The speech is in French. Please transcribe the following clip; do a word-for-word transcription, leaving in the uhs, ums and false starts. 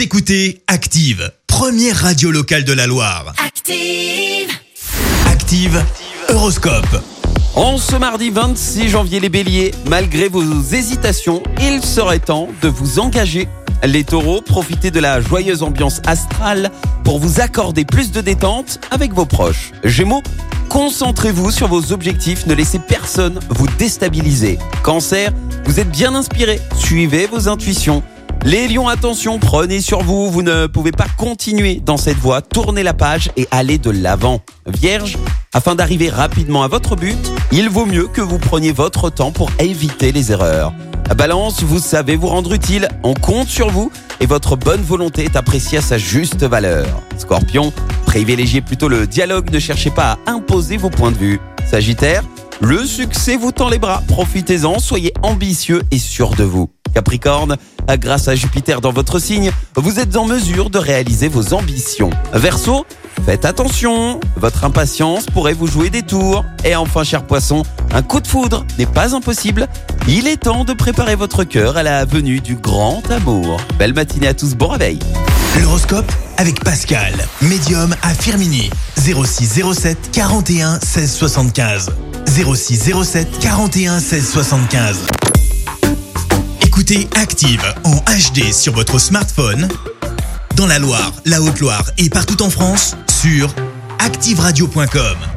Vous écoutez Active, première radio locale de la Loire. Active. Active, Horoscope. En ce mardi vingt-six janvier, les béliers, malgré vos hésitations, il serait temps de vous engager. Les taureaux, profitez de la joyeuse ambiance astrale pour vous accorder plus de détente avec vos proches. Gémeaux, concentrez-vous sur vos objectifs, ne laissez personne vous déstabiliser. Cancer, vous êtes bien inspiré, suivez vos intuitions. Les lions, attention, prenez sur vous, vous ne pouvez pas continuer dans cette voie, tournez la page et allez de l'avant. Vierge, afin d'arriver rapidement à votre but, il vaut mieux que vous preniez votre temps pour éviter les erreurs. Balance, vous savez vous rendre utile, on compte sur vous et votre bonne volonté est appréciée à sa juste valeur. Scorpion, privilégiez plutôt le dialogue, ne cherchez pas à imposer vos points de vue. Sagittaire, le succès vous tend les bras, profitez-en, soyez ambitieux et sûr de vous. Capricorne, grâce à Jupiter dans votre signe, vous êtes en mesure de réaliser vos ambitions. Verseau, faites attention, votre impatience pourrait vous jouer des tours. Et enfin, cher poisson, un coup de foudre n'est pas impossible. Il est temps de préparer votre cœur à la venue du grand amour. Belle matinée à tous, bon réveil. L'horoscope avec Pascal, médium à Firminy. zéro six zéro sept quarante et un seize soixante-quinze. zéro six zéro sept quarante et un seize soixante-quinze. Écoutez Active en H D sur votre smartphone, dans la Loire, la Haute-Loire et partout en France, sur active radio point com.